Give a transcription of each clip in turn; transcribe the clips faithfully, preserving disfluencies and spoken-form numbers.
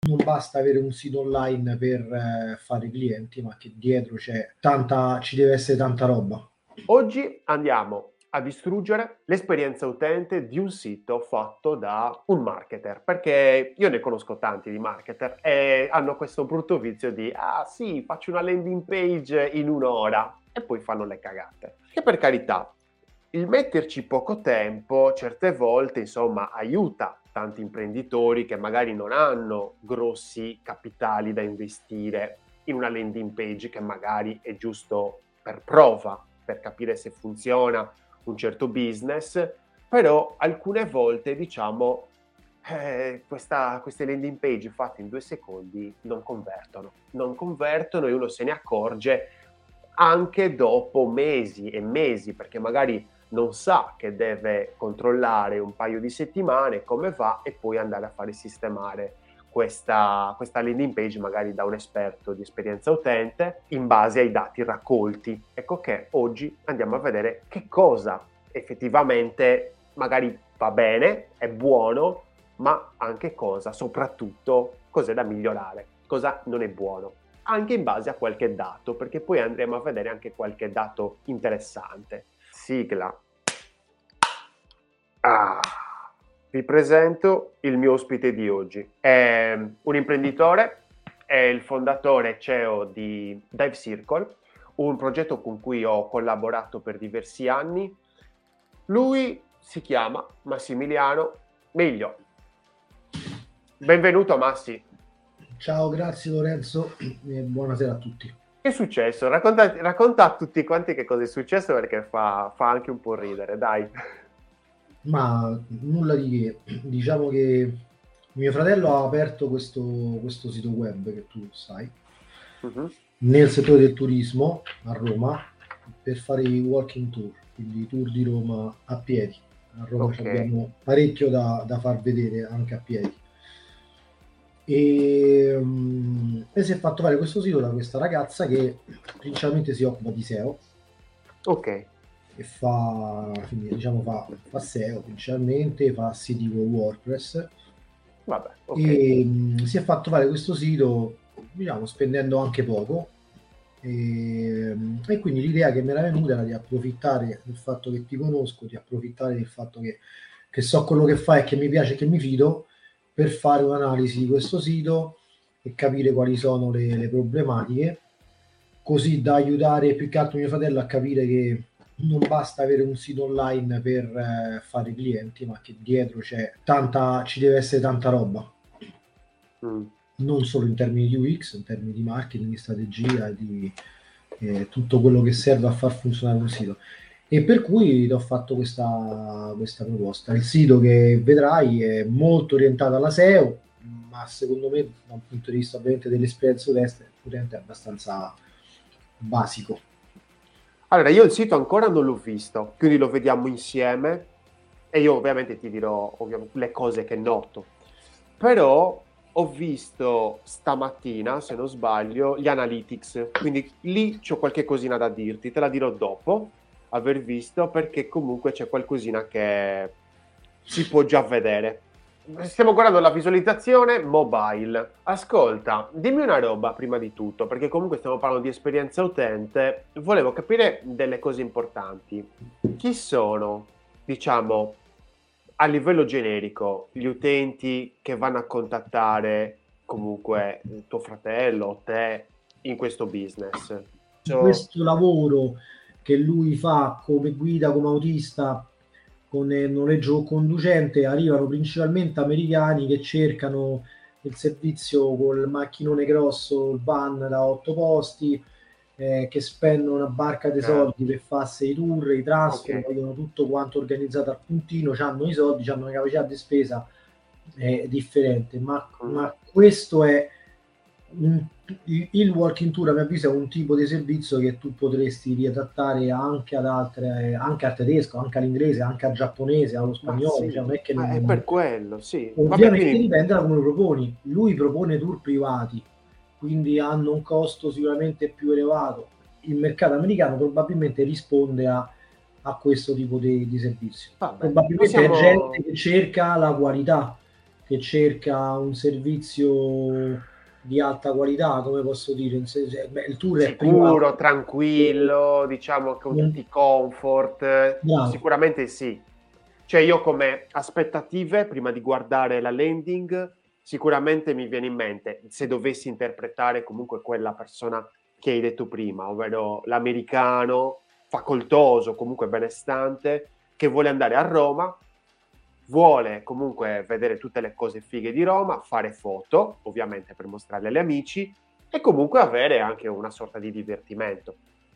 non basta avere un sito online per eh, fare clienti, ma che dietro c'è tanta, ci deve essere tanta roba. Oggi andiamo a distruggere l'esperienza utente di un sito fatto da un marketer, perché io ne conosco tanti di marketer e hanno questo brutto vizio di ah sì, faccio una landing page in un'ora e poi fanno le cagate. Che per carità, il metterci poco tempo certe volte insomma aiuta tanti imprenditori che magari non hanno grossi capitali da investire in una landing page che magari è giusto per prova, per capire se funziona un certo business, però alcune volte diciamo eh, questa, queste landing page fatte in due secondi non convertono, non convertono e uno se ne accorge anche dopo mesi e mesi, perché magari non sa che deve controllare un paio di settimane come va e poi andare a fare sistemare questa, questa landing page magari da un esperto di esperienza utente in base ai dati raccolti. Ecco che oggi andiamo a vedere che cosa effettivamente magari va bene, è buono, ma anche cosa, soprattutto, cos'è da migliorare, cosa non è buono, anche in base a qualche dato, perché poi andremo a vedere anche qualche dato interessante. Sigla. Ah, vi presento il mio ospite di oggi. È un imprenditore, è il fondatore C E O di Dive Circle, un progetto con cui ho collaborato per diversi anni. Lui si chiama Massimiliano Miglio. Benvenuto Massi. Ciao, grazie Lorenzo e buonasera a tutti. Che è successo? Racconta, racconta a tutti quanti che cosa è successo perché fa, fa anche un po' ridere, dai. Ma nulla di che, diciamo che mio fratello ha aperto questo, questo sito web che tu sai, Uh-huh. nel settore del turismo a Roma per fare i walking tour, quindi i tour di Roma a piedi. A Roma Ok. abbiamo parecchio da, da far vedere anche a piedi. E, um, e si è fatto fare questo sito da questa ragazza che principalmente si occupa di S E O Ok. e fa, quindi, diciamo, fa, fa S E O principalmente, fa siti con WordPress Vabbè, ok. e um, si è fatto fare questo sito, diciamo, spendendo anche poco e, e quindi l'idea che mi era venuta era di approfittare del fatto che ti conosco, di approfittare del fatto che, che so quello che fai e che mi piace e che mi fido per fare un'analisi di questo sito e capire quali sono le, le problematiche, così da aiutare più che altro mio fratello a capire che non basta avere un sito online per eh, fare clienti, ma che dietro c'è tanta, ci deve essere tanta roba, Mm. non solo in termini di U X, in termini di marketing, di strategia, di eh, tutto quello che serve a far funzionare un sito. E per cui ti ho fatto questa, questa proposta. Il sito che vedrai è molto orientato alla S E O, ma secondo me, da un punto di vista ovviamente dell'esperienza utente, utente è abbastanza basico. Allora, io il sito ancora non l'ho visto, quindi lo vediamo insieme e io ovviamente ti dirò ovviamente, le cose che noto. Però ho visto stamattina, se non sbaglio, gli analytics, quindi lì c'ho qualche cosina da dirti, te la dirò dopo aver visto perché comunque c'è qualcosina che si può già vedere. Stiamo guardando la visualizzazione mobile. Ascolta, dimmi una roba prima di tutto, perché comunque stiamo parlando di esperienza utente. Volevo capire delle cose importanti. Chi sono, diciamo, a livello generico, gli utenti che vanno a contattare comunque tuo fratello o te in questo business? So, Questo lavoro che lui fa come guida, come autista, con il noleggio conducente, arrivano principalmente americani che cercano il servizio col macchinone grosso, il van da otto posti, eh, che spendono una barca di eh, soldi per farsi i tour, i ok. transfer, vogliono tutto quanto organizzato al puntino, hanno i soldi, hanno una capacità di spesa eh, differente, ma, Mm. ma questo è un, il walking tour a mio avviso è un tipo di servizio che tu potresti riadattare anche ad altre, anche al tedesco, anche all'inglese, anche al giapponese, allo Ma spagnolo, cioè sì, non è che ma è non... per quello, sì. Vabbè, Ovviamente quindi dipende da come lo proponi. Lui propone tour privati, quindi hanno un costo sicuramente più elevato. Il mercato americano probabilmente risponde a, a questo tipo di, di servizio. vabbè, Probabilmente è gente possiamo... che cerca la qualità, che cerca un servizio di alta qualità, come posso dire, un se- se- beh, il tour è Sicuro, privato. tranquillo, diciamo con tutti Non- i comfort, Bravo, sicuramente sì. Cioè io come aspettative, prima di guardare la landing, sicuramente mi viene in mente, se dovessi interpretare comunque quella persona che hai detto prima, ovvero l'americano facoltoso, comunque benestante, che vuole andare a Roma, vuole comunque vedere tutte le cose fighe di Roma, fare foto, ovviamente per mostrarle agli amici, e comunque avere anche una sorta di divertimento.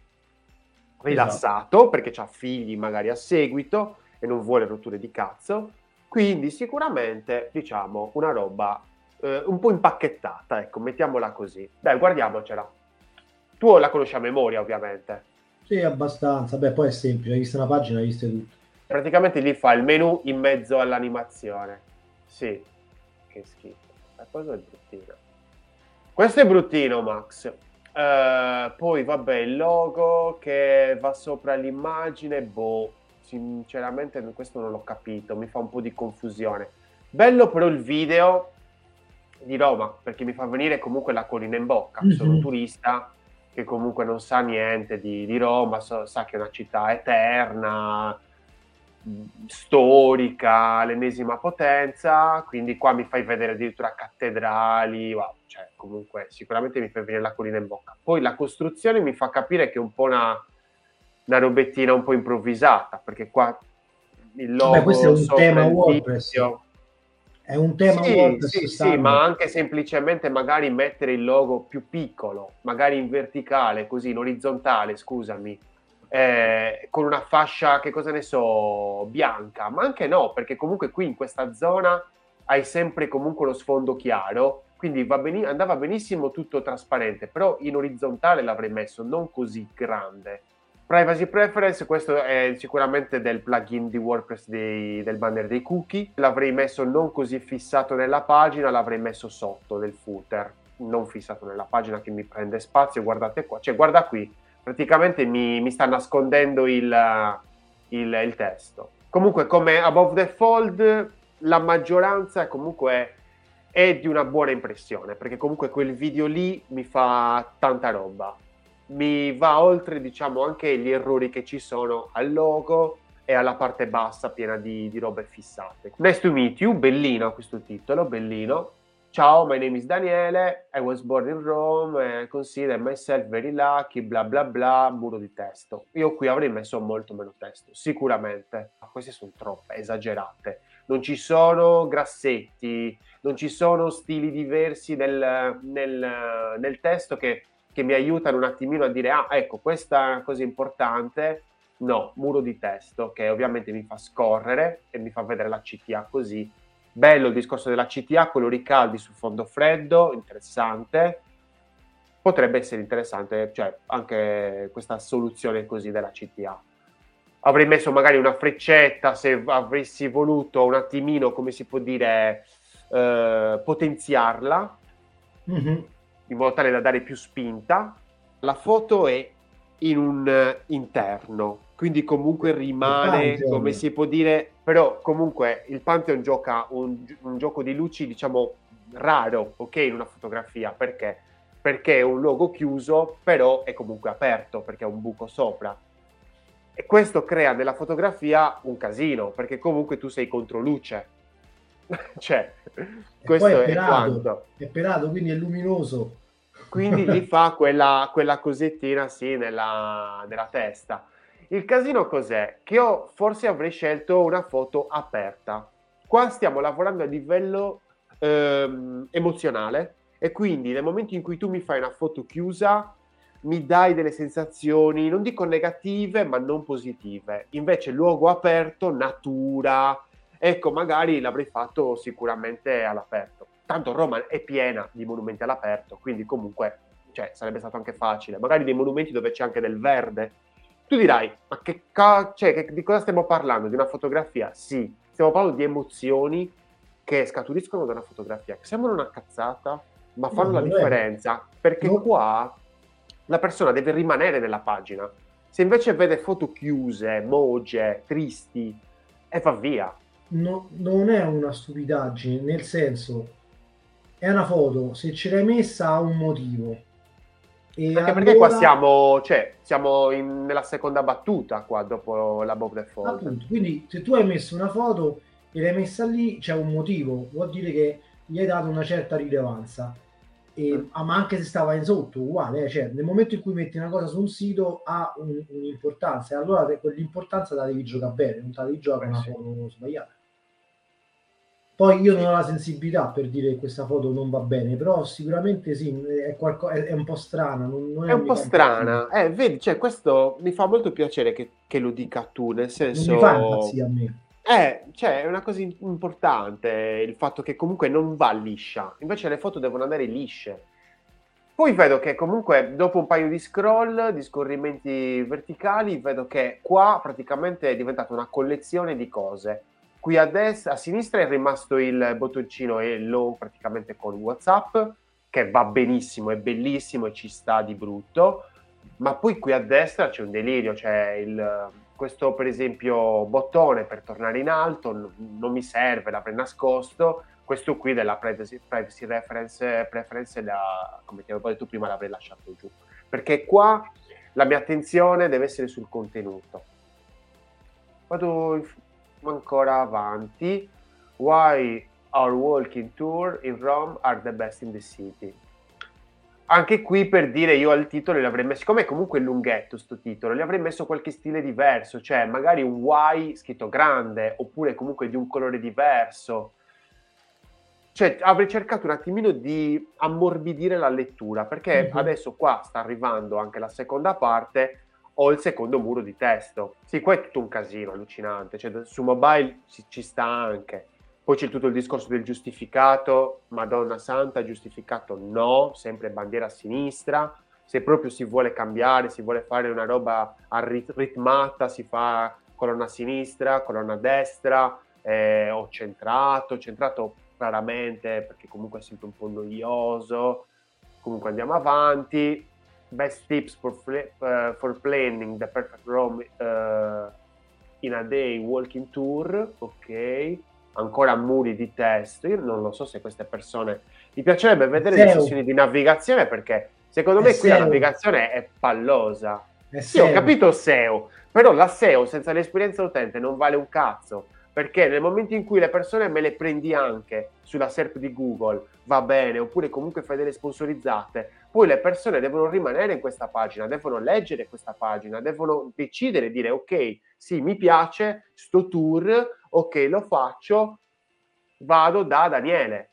esatto. Rilassato, perché ha figli magari a seguito e non vuole rotture di cazzo, quindi sicuramente, diciamo, una roba eh, un po' impacchettata, ecco, mettiamola così. Dai, guardiamocela. Tu la conosci a memoria, ovviamente. Sì, abbastanza. Beh, poi è semplice, hai visto una pagina, hai viste tutte. Praticamente lì fa il menu in mezzo all'animazione. Sì, che schifo. Ma cosa è bruttino? Questo è bruttino, Max. Eh, poi vabbè, il logo che va sopra l'immagine, boh, sinceramente questo non l'ho capito, mi fa un po' di confusione. Bello però il video di Roma, perché mi fa venire comunque la collina in bocca. Sono un Mhm. turista che comunque non sa niente di, di Roma, so- sa che è una città eterna, mh, storica, l'ennesima potenza, quindi qua mi fai vedere addirittura cattedrali, wow, cioè comunque sicuramente mi fai venire la collina in bocca. Poi la costruzione mi fa capire che è un po' una, una robettina un po' improvvisata, perché qua il Vabbè, questo è logo un sopra tema il WordPress. video. È un tema Sì, WordPress sì, sì, standard. ma anche semplicemente magari mettere il logo più piccolo, magari in verticale, così, in orizzontale, scusami, eh, con una fascia, che cosa ne so, bianca, ma anche no, perché comunque qui in questa zona hai sempre comunque lo sfondo chiaro, quindi va beni- andava benissimo tutto trasparente, però in orizzontale l'avrei messo, non così grande. Privacy preference, questo è sicuramente del plugin di WordPress dei, del banner dei cookie. L'avrei messo non così fissato nella pagina, l'avrei messo sotto nel footer, non fissato nella pagina che mi prende spazio. Guardate qua, cioè guarda qui, praticamente mi, mi sta nascondendo il, il, il testo. Comunque come above the fold, la maggioranza comunque è di una buona impressione, perché comunque quel video lì mi fa tanta roba. Mi va oltre, diciamo, anche gli errori che ci sono al logo e alla parte bassa piena di, di robe fissate. Nice to meet you, bellino questo titolo, bellino. Ciao, my name is Daniele, I was born in Rome, and I consider myself very lucky, bla bla bla, muro di testo. Io qui avrei messo molto meno testo, sicuramente. Ma queste sono troppe, esagerate. Non ci sono grassetti, non ci sono stili diversi nel, nel, nel testo che, che mi aiutano un attimino a dire, ah, ecco, questa è una cosa importante. No, muro di testo che ovviamente mi fa scorrere e mi fa vedere la C T A così. Bello il discorso della C T A, colori caldi su fondo freddo, interessante. Potrebbe essere interessante, cioè, anche questa soluzione così della C T A. Avrei messo magari una freccetta se avessi voluto un attimino, come si può dire, eh, potenziarla, Mhm. in modo tale da dare più spinta. La foto è in un eh, interno, quindi comunque Il rimane, come Pantheon. si può dire, però comunque il Pantheon gioca un, un gioco di luci, diciamo, raro, ok, in una fotografia, perché? Perché è un logo chiuso, però è comunque aperto, perché ha un buco sopra. E questo crea nella fotografia un casino, perché comunque tu sei contro luce. Cioè, E poi questo è è pelato, quanto. è pelato, quindi è luminoso. Quindi gli fa quella, quella cosettina sì nella, nella testa. Il casino cos'è? Che io forse avrei scelto una foto aperta. Qua stiamo lavorando a livello ehm, emozionale e quindi nel momento in cui tu mi fai una foto chiusa mi dai delle sensazioni, non dico negative, ma non positive. Invece luogo aperto, natura, ecco, magari l'avrei fatto sicuramente all'aperto. Tanto Roma è piena di monumenti all'aperto, quindi comunque cioè, sarebbe stato anche facile. Magari dei monumenti dove c'è anche del verde. Tu dirai, ma che, ca- cioè, che di cosa stiamo parlando? Di una fotografia? Sì, stiamo parlando di emozioni che scaturiscono da una fotografia, che sembrano una cazzata, ma No, fanno la non lo è. differenza, perché No, qua la persona deve rimanere nella pagina. Se invece vede foto chiuse, moge, tristi, e va via. no, non è una stupidaggine, nel senso, è una foto, se ce l'hai messa ha un motivo. E Anche perché qua allora, siamo, cioè, siamo in- nella seconda battuta qua dopo la Bob Default. appunto, quindi se tu hai messo una foto e l'hai messa lì, c'è un motivo, vuol dire che gli hai dato una certa rilevanza. E, ah, ma anche se stava in sotto, uguale, eh, cioè nel momento in cui metti una cosa su un sito ha un- un'importanza, e allora te- quell'importanza la devi giocare bene, non te la devi giocare con Eh una sì, foto sbagliata. Poi io non sì. ho la sensibilità per dire che questa foto non va bene, però sicuramente sì, è, qualco- è, è un po' strana, non, non È è un po' mica impazzire. strana, eh, vedi, cioè questo mi fa molto piacere che, che lo dica tu, nel Non mi fa senso, impazzire a me. eh, cioè è una cosa in- importante il fatto che comunque non va liscia, invece le foto devono andare lisce. Poi vedo che comunque dopo un paio di scroll, di scorrimenti verticali, vedo che qua praticamente è diventata una collezione di cose. Qui a destra, a sinistra è rimasto il bottoncino Hello praticamente con WhatsApp, che va benissimo, è bellissimo e ci sta di brutto, ma poi qui a destra c'è un delirio, c'è il, questo per esempio bottone per tornare in alto, n- non mi serve, l'avrei nascosto, questo qui della privacy, privacy reference, preference, la, come ti avevo detto prima, l'avrei lasciato giù, perché qua la mia attenzione deve essere sul contenuto. Vado ancora avanti. Why our walking tour in Rome are the best in the city. Anche qui per dire io al titolo le avrei messo, siccome è comunque lunghetto sto titolo, le avrei messo qualche stile diverso, cioè magari un Y scritto grande, oppure comunque di un colore diverso. Cioè avrei cercato un attimino di ammorbidire la lettura, perché Mhm. adesso qua sta arrivando anche la seconda parte, ho il secondo muro di testo. Sì, qua è tutto un casino allucinante, cioè su mobile ci, ci sta anche. Poi c'è tutto il discorso del giustificato, Madonna Santa, giustificato no, sempre bandiera a sinistra. Se proprio si vuole cambiare, si vuole fare una roba ritmata, si fa colonna a sinistra, colonna a destra, eh, o centrato, centrato raramente perché comunque è sempre un po' noioso. Comunque andiamo avanti. Best tips for, uh, for planning the perfect Rome uh, in a day walking tour. Ok, ancora muri di testo. Io non lo so se queste persone, mi piacerebbe vedere le S E O, sessioni di navigazione, perché secondo me qui la S E O, navigazione è pallosa. Sì, ho S E O. capito S E O, però la S E O senza l'esperienza utente non vale un cazzo, perché nel momento in cui le persone me le prendi anche sulla S E R P di Google, va bene, oppure comunque fai delle sponsorizzate, poi le persone devono rimanere in questa pagina, devono leggere questa pagina, devono decidere, dire ok, sì, mi piace sto tour, ok, lo faccio, vado da Daniele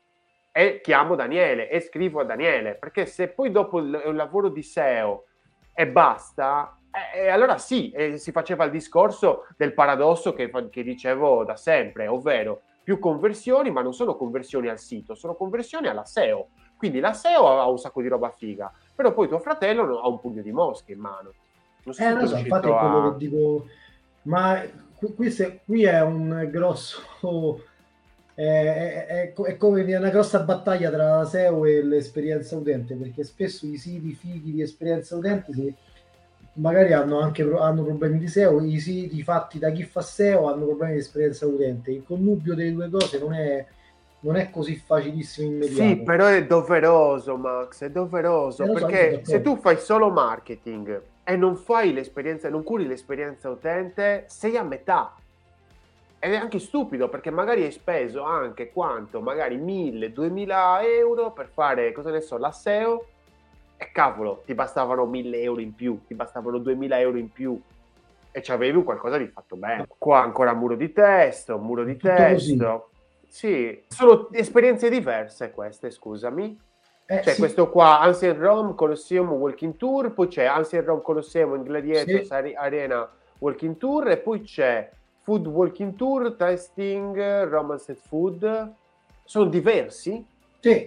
e chiamo Daniele e scrivo a Daniele, perché se poi dopo il, il lavoro di S E O e basta, eh, allora sì, eh, si faceva il discorso del paradosso che, che dicevo da sempre, ovvero più conversioni, ma non sono conversioni al sito, sono conversioni alla S E O. Quindi la S E O ha un sacco di roba figa, però poi tuo fratello ha un pugno di mosche in mano. Non so Eh, se tu lo è so, infatti è riuscito quello che a... dico, ma qui, qui se- qui è un grosso, è, è- è co- è come dire una grossa battaglia tra la S E O e l'esperienza utente, perché spesso i siti fighi di esperienza utente si- magari hanno anche pro- hanno problemi di S E O, i siti fatti da chi fa S E O hanno problemi di esperienza utente. Il connubio delle due cose non è, non è così facilissimo e Sì, immediato. però è doveroso, Max, è Eh, doveroso, lo so, io sono perché se d'accordo. tu fai solo marketing e non fai l'esperienza, non curi l'esperienza utente, sei a metà. Ed è anche stupido perché magari hai speso anche quanto? Magari mille, duemila euro per fare, cosa ne so, la S E O e cavolo, ti bastavano mille euro in più, ti bastavano duemila euro in più e ci avevi un qualcosa di fatto bene. Qua ancora muro di testo, muro di Tutto così. testo. Sì, sono esperienze diverse queste, scusami. Eh C'è sì, questo qua, Ancient Rome Colosseum Walking Tour, poi c'è Ancient Rome Colosseum in Gladiators sì, Arena Walking Tour e poi c'è Food Walking Tour, Testing, Romanced Food. Sono diversi? sì.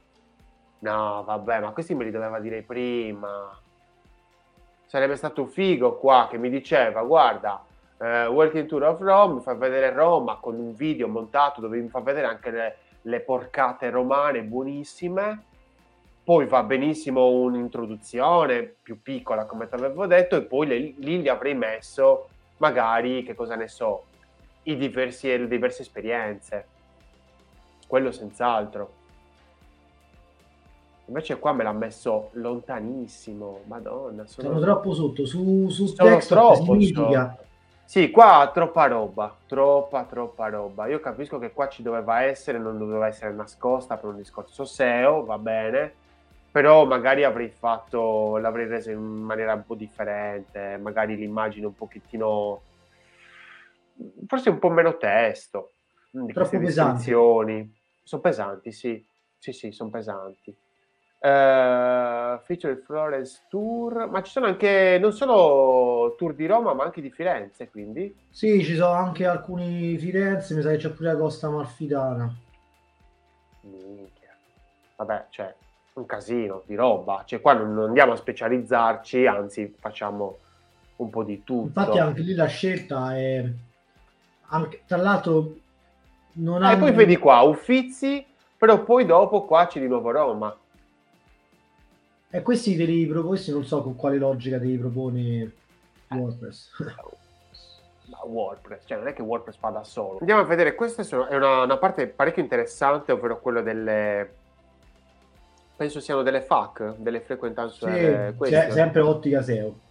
No, vabbè, ma questi me li doveva dire prima. Sarebbe stato figo qua che mi diceva, guarda, eh, Walking Tour of Rome, mi fa vedere Roma con un video montato dove mi fa vedere anche le, le porcate romane buonissime. Poi va benissimo un'introduzione più piccola, come ti avevo detto, e poi le, lì gli avrei messo magari, che cosa ne so, i diversi, le diverse esperienze, quello senz'altro. Invece qua me l'ha messo lontanissimo, madonna, sono, Sono troppo sotto, su, su sono desktop si troppo mitiga. sotto. Sì, qua troppa roba, troppa, troppa roba. Io capisco che qua ci doveva essere, non doveva essere nascosta per un discorso S E O, va bene, però magari avrei fatto, l'avrei reso in maniera un po' differente, magari l'immagine un pochettino, forse un po' meno testo, di queste Troppo pesanti. descrizioni. Sono pesanti, sì, sì, sì, sono pesanti. Uh, feature Florence Tour, ma ci sono anche non solo tour di Roma ma anche di Firenze, quindi sì, ci sono anche alcuni Firenze, mi sa che c'è pure la Costa Amalfitana. minchia. Vabbè, cioè un casino di roba, cioè qua non, non andiamo a specializzarci, anzi facciamo un po' di tutto. Infatti anche lì la scelta è anche, tra l'altro non e hanno... poi vedi qua Uffizi, però poi dopo qua c'è di nuovo Roma. E questi te li proposti, non so con quale logica te li propone WordPress. WordPress, cioè non è che WordPress fa da solo. Andiamo a vedere, questa è una, una parte parecchio interessante, ovvero quello delle, penso siano delle F A Q, delle frequent answer sì, c'è sempre ottica S E O.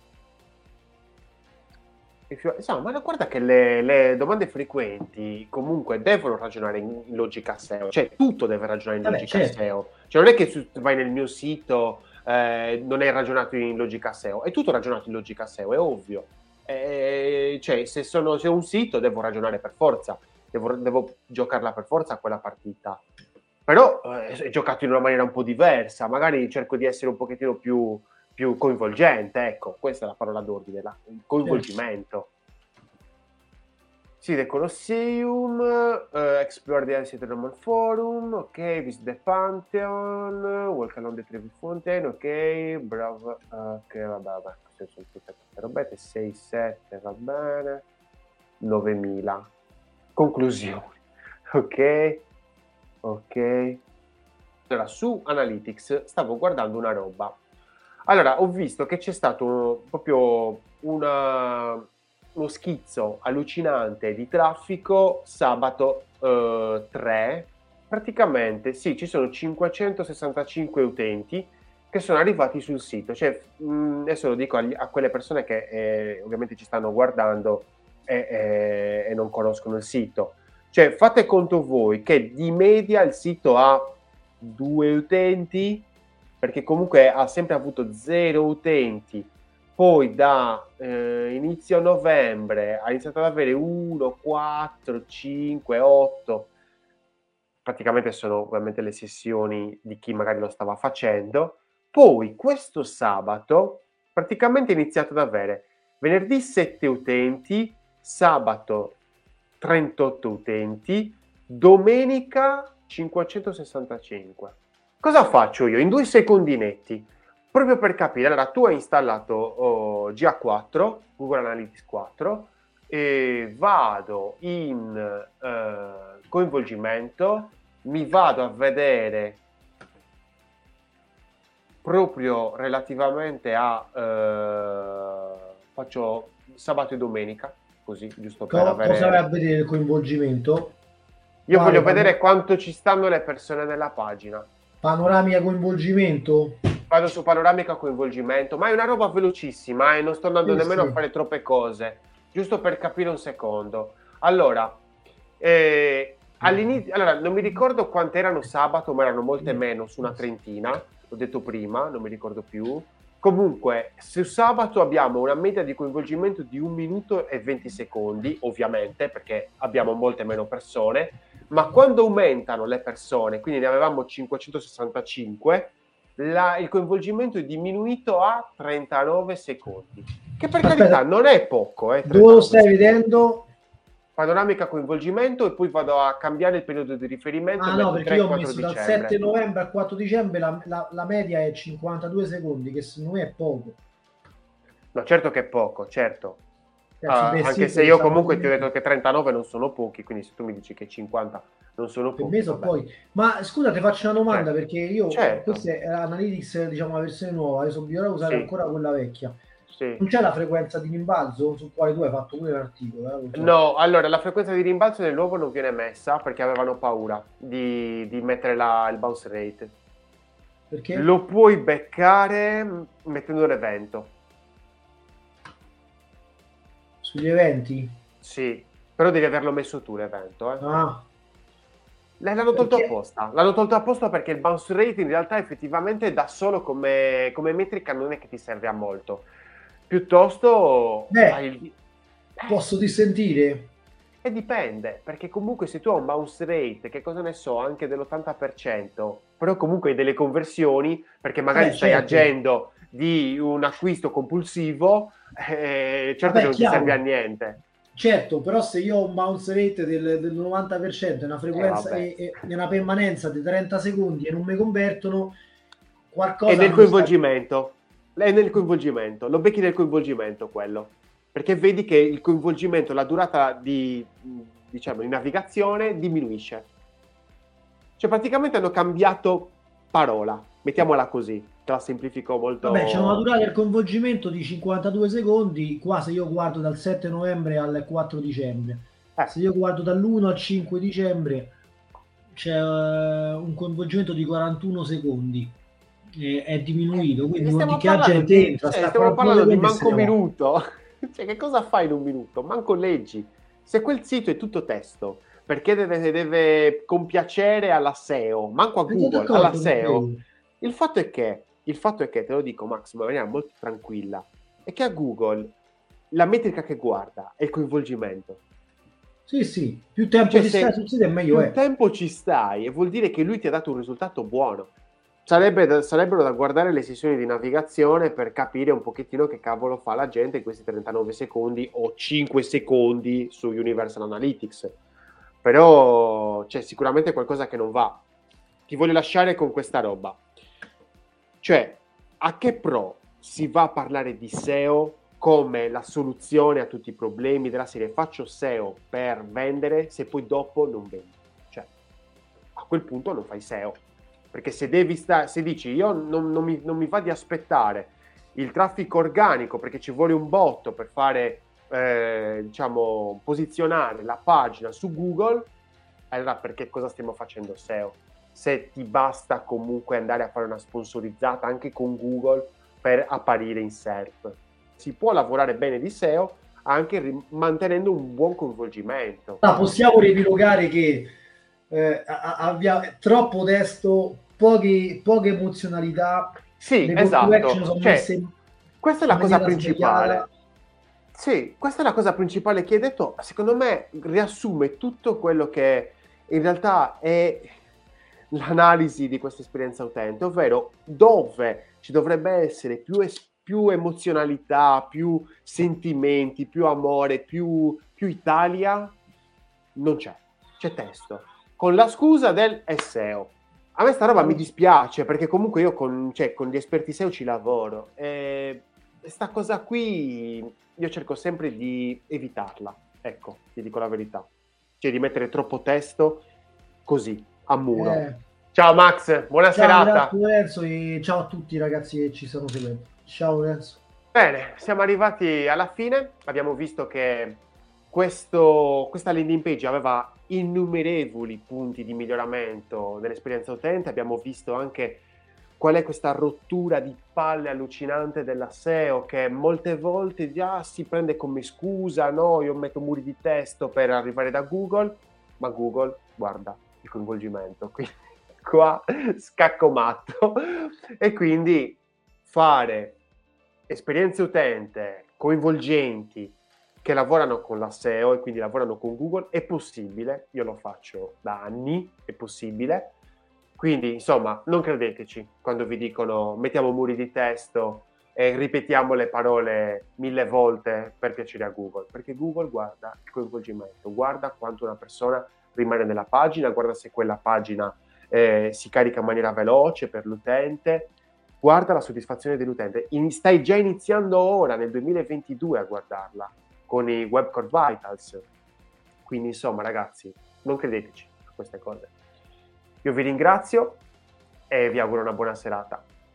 Insomma, ma guarda che le, le domande frequenti comunque devono ragionare in, in logica S E O, cioè tutto deve ragionare in Vabbè, logica certo. S E O, cioè non è che su, vai nel mio sito, eh, non è ragionato in logica S E O, è tutto ragionato in logica S E O, è ovvio. Eh, cioè se sono se ho un sito devo ragionare per forza, devo, devo giocarla per forza quella partita, però eh, è giocato in una maniera un po' diversa, magari cerco di essere un pochettino più, più coinvolgente, ecco, questa è la parola d'ordine, la, il coinvolgimento. Sì, The Colosseum, uh, Explore the Ancient Roman Forum, ok, Visit the Pantheon, Walk along the Trevi Fountain, ok, bravo, ok, vabbè, vabbè, queste sono tutte queste robette, sei sette, va bene, novemila, conclusioni, ok, ok. Allora, su Analytics stavo guardando una roba, allora ho visto che c'è stato proprio una... uno schizzo allucinante di traffico sabato eh, tre, praticamente sì, ci sono cinquecentosessantacinque utenti che sono arrivati sul sito, cioè mh, adesso lo dico agli, a quelle persone che eh, ovviamente ci stanno guardando e, e, e non conoscono il sito, cioè fate conto voi che di media il sito ha due utenti, perché comunque ha sempre avuto zero utenti. Poi da eh, inizio novembre ha iniziato ad avere uno, quattro, cinque, otto, praticamente sono ovviamente le sessioni di chi magari lo stava facendo. Poi questo sabato praticamente ha iniziato ad avere venerdì sette utenti, sabato trentotto utenti, domenica cinquecentosessantacinque. Cosa faccio io? In due secondi netti, proprio per capire, allora tu hai installato oh, G A quattro, Google Analytics quattro, e vado in eh, coinvolgimento, mi vado a vedere proprio relativamente a eh, faccio sabato e domenica, così giusto per Co- avere... Cosa vai a vedere il coinvolgimento? Io Vale, voglio pan- vedere quanto ci stanno le persone nella pagina. panoramica coinvolgimento? Vado su panoramica coinvolgimento, ma è una roba velocissima e eh? non sto andando Sì, nemmeno sì. a fare troppe cose, giusto per capire un secondo. Allora, eh, all'inizio, allora non mi ricordo quante erano sabato, ma erano molte meno, su una trentina, l'ho detto prima, non mi ricordo più. Comunque, su sabato abbiamo una media di coinvolgimento di un minuto e venti secondi, ovviamente, perché abbiamo molte meno persone, ma quando aumentano le persone, quindi ne avevamo cinquecentosessantacinque, la, il coinvolgimento è diminuito a trentanove secondi, che per Aspetta, carità non è poco. Eh, dove lo stai vedendo? Panoramica coinvolgimento, e poi vado a cambiare il periodo di riferimento. Ah e no, metto perché tre io ho quattro messo dal dicembre. sette novembre al quattro dicembre, la, la, la media è cinquantadue secondi, che secondo me è poco. No, certo che è poco, certo. Cazzo, Uh, beh, anche sì, se io sabato comunque ti ho domenica. detto che trentanove non sono pochi, quindi se tu mi dici che cinquanta non sono Per pochi, me so vabbè. poi. Ma scusa, ti faccio una domanda, Certo. perché io, Certo. questa è Analytics, diciamo, la versione nuova, io sono abituato a usare Sì. ancora quella vecchia. sì. Non c'è la frequenza di rimbalzo sul quale tu hai fatto pure l'articolo, eh, lo so. No, allora la frequenza di rimbalzo nel nuovo non viene messa perché avevano paura di, di mettere la- il bounce rate. Perché? Lo puoi beccare mm, mettendo l'evento. Sugli eventi? Sì, però devi averlo messo tu l'evento, eh. Ah, L- L'hanno tolto perché? apposta. L'hanno tolto apposta perché il bounce rate in realtà effettivamente da solo come, come metrica non è che ti serve a molto. Piuttosto Beh, hai il... Eh, posso dissentire? e dipende, perché comunque se tu hai un bounce rate, che cosa ne so, anche dell'ottanta per cento, però comunque hai delle conversioni, perché magari Vabbè, stai certo. agendo di un acquisto compulsivo, eh, certo che Vabbè, non ti serve a chiaro. niente. Certo, però se io ho un bounce rate del, del novanta per cento e una Eh frequenza vabbè. e, e- e una permanenza di trenta secondi e non mi convertono, È qualcosa nel non sta. coinvolgimento, è nel coinvolgimento, lo becchi nel coinvolgimento quello, perché vedi che il coinvolgimento, la durata di, diciamo, di navigazione diminuisce. Cioè praticamente hanno cambiato parola, mettiamola così, te la semplifico Vabbè, c'è una molto... durata del coinvolgimento di cinquantadue secondi, qua se io guardo dal sette novembre al quattro dicembre. Eh, Se io guardo dall'uno al cinque dicembre c'è eh, un coinvolgimento di quarantuno secondi, e è diminuito, quindi eh, vuol stiamo dire che la parlando gente di, entra, cioè, sta a stiamo quarantuno parlando di secondi e se manco ne un va. minuto. Cioè, che cosa fai in un minuto? Manco leggi. Se quel sito è tutto testo, perché deve, deve compiacere alla S E O, manco a E sono Google, alla d'accordo con S E O. te. Il fatto è che, il fatto è che, te lo dico Max, in maniera molto tranquilla, è che a Google la metrica che guarda è il coinvolgimento. Sì, sì, più tempo Cioè, ci stai se sul sito e meglio più è. tempo ci stai, e vuol dire che lui ti ha dato un risultato buono. Sarebbe da- sarebbero da guardare le sessioni di navigazione per capire un pochettino che cavolo fa la gente in questi trentanove secondi o cinque secondi su Universal Analytics. Però c'è sicuramente qualcosa che non va. Ti voglio lasciare con questa roba. Cioè, a che pro si va a parlare di S E O come la soluzione a tutti i problemi della serie? Faccio S E O per vendere se poi dopo non vendi. Cioè, a quel punto non fai S E O. Perché se devi stare, se dici io non, non, mi, non mi va di aspettare il traffico organico perché ci vuole un botto per fare, eh, diciamo, posizionare la pagina su Google, allora perché cosa stiamo facendo S E O? Se ti basta comunque andare a fare una sponsorizzata anche con Google per apparire in S E R P. Si può lavorare bene di S E O anche ri- mantenendo un buon coinvolgimento. Ah, possiamo riepilogare che eh, abbia troppo testo, poche, poche emozionalità, Sì, le call to action esatto. sono Cioè, messe in, questa è la in cosa maniera principale. sbagliata. Sì, questa è la cosa principale che hai detto. Secondo me riassume tutto quello che in realtà è l'analisi di questa esperienza utente, ovvero dove ci dovrebbe essere più, es- più emozionalità, più sentimenti, più amore, più, più Italia, non c'è, c'è testo. Con la scusa del S E O. A me sta roba Ah, mi lo so. dispiace perché comunque io con, cioè, con gli esperti S E O ci lavoro e sta cosa qui io cerco sempre di evitarla, ecco, ti dico la verità, cioè di mettere troppo testo così, a muro. Eh, Ciao Max, buona ciao, grazie serata. Lorenzo e ciao a tutti i ragazzi che ci stanno seguendo. Ciao Lorenzo. Bene, siamo arrivati alla fine, abbiamo visto che questo, questa landing page aveva innumerevoli punti di miglioramento dell'esperienza utente, abbiamo visto anche qual è questa rottura di palle allucinante della S E O che molte volte già si prende come scusa, no, io metto muri di testo per arrivare da Google, ma Google guarda il coinvolgimento, quindi qua scacco matto e quindi fare esperienze utente coinvolgenti che lavorano con la S E O e quindi lavorano con Google è possibile, io lo faccio da anni, è possibile. Quindi, insomma, non credeteci quando vi dicono mettiamo muri di testo e ripetiamo le parole mille volte per piacere a Google, perché Google guarda il coinvolgimento, guarda quanto una persona rimane nella pagina, guarda se quella pagina eh, si carica in maniera veloce per l'utente, guarda la soddisfazione dell'utente. In, stai già iniziando ora, nel duemilaventidue, a guardarla con i Web Core Vitals. Quindi, insomma, ragazzi, non credeteci a queste cose. Io vi ringrazio e vi auguro una buona serata.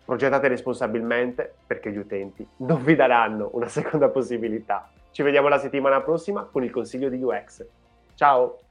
progettate responsabilmente perché gli utenti non vi daranno una seconda possibilità. Ci vediamo la settimana prossima con il consiglio di U X. Ciao!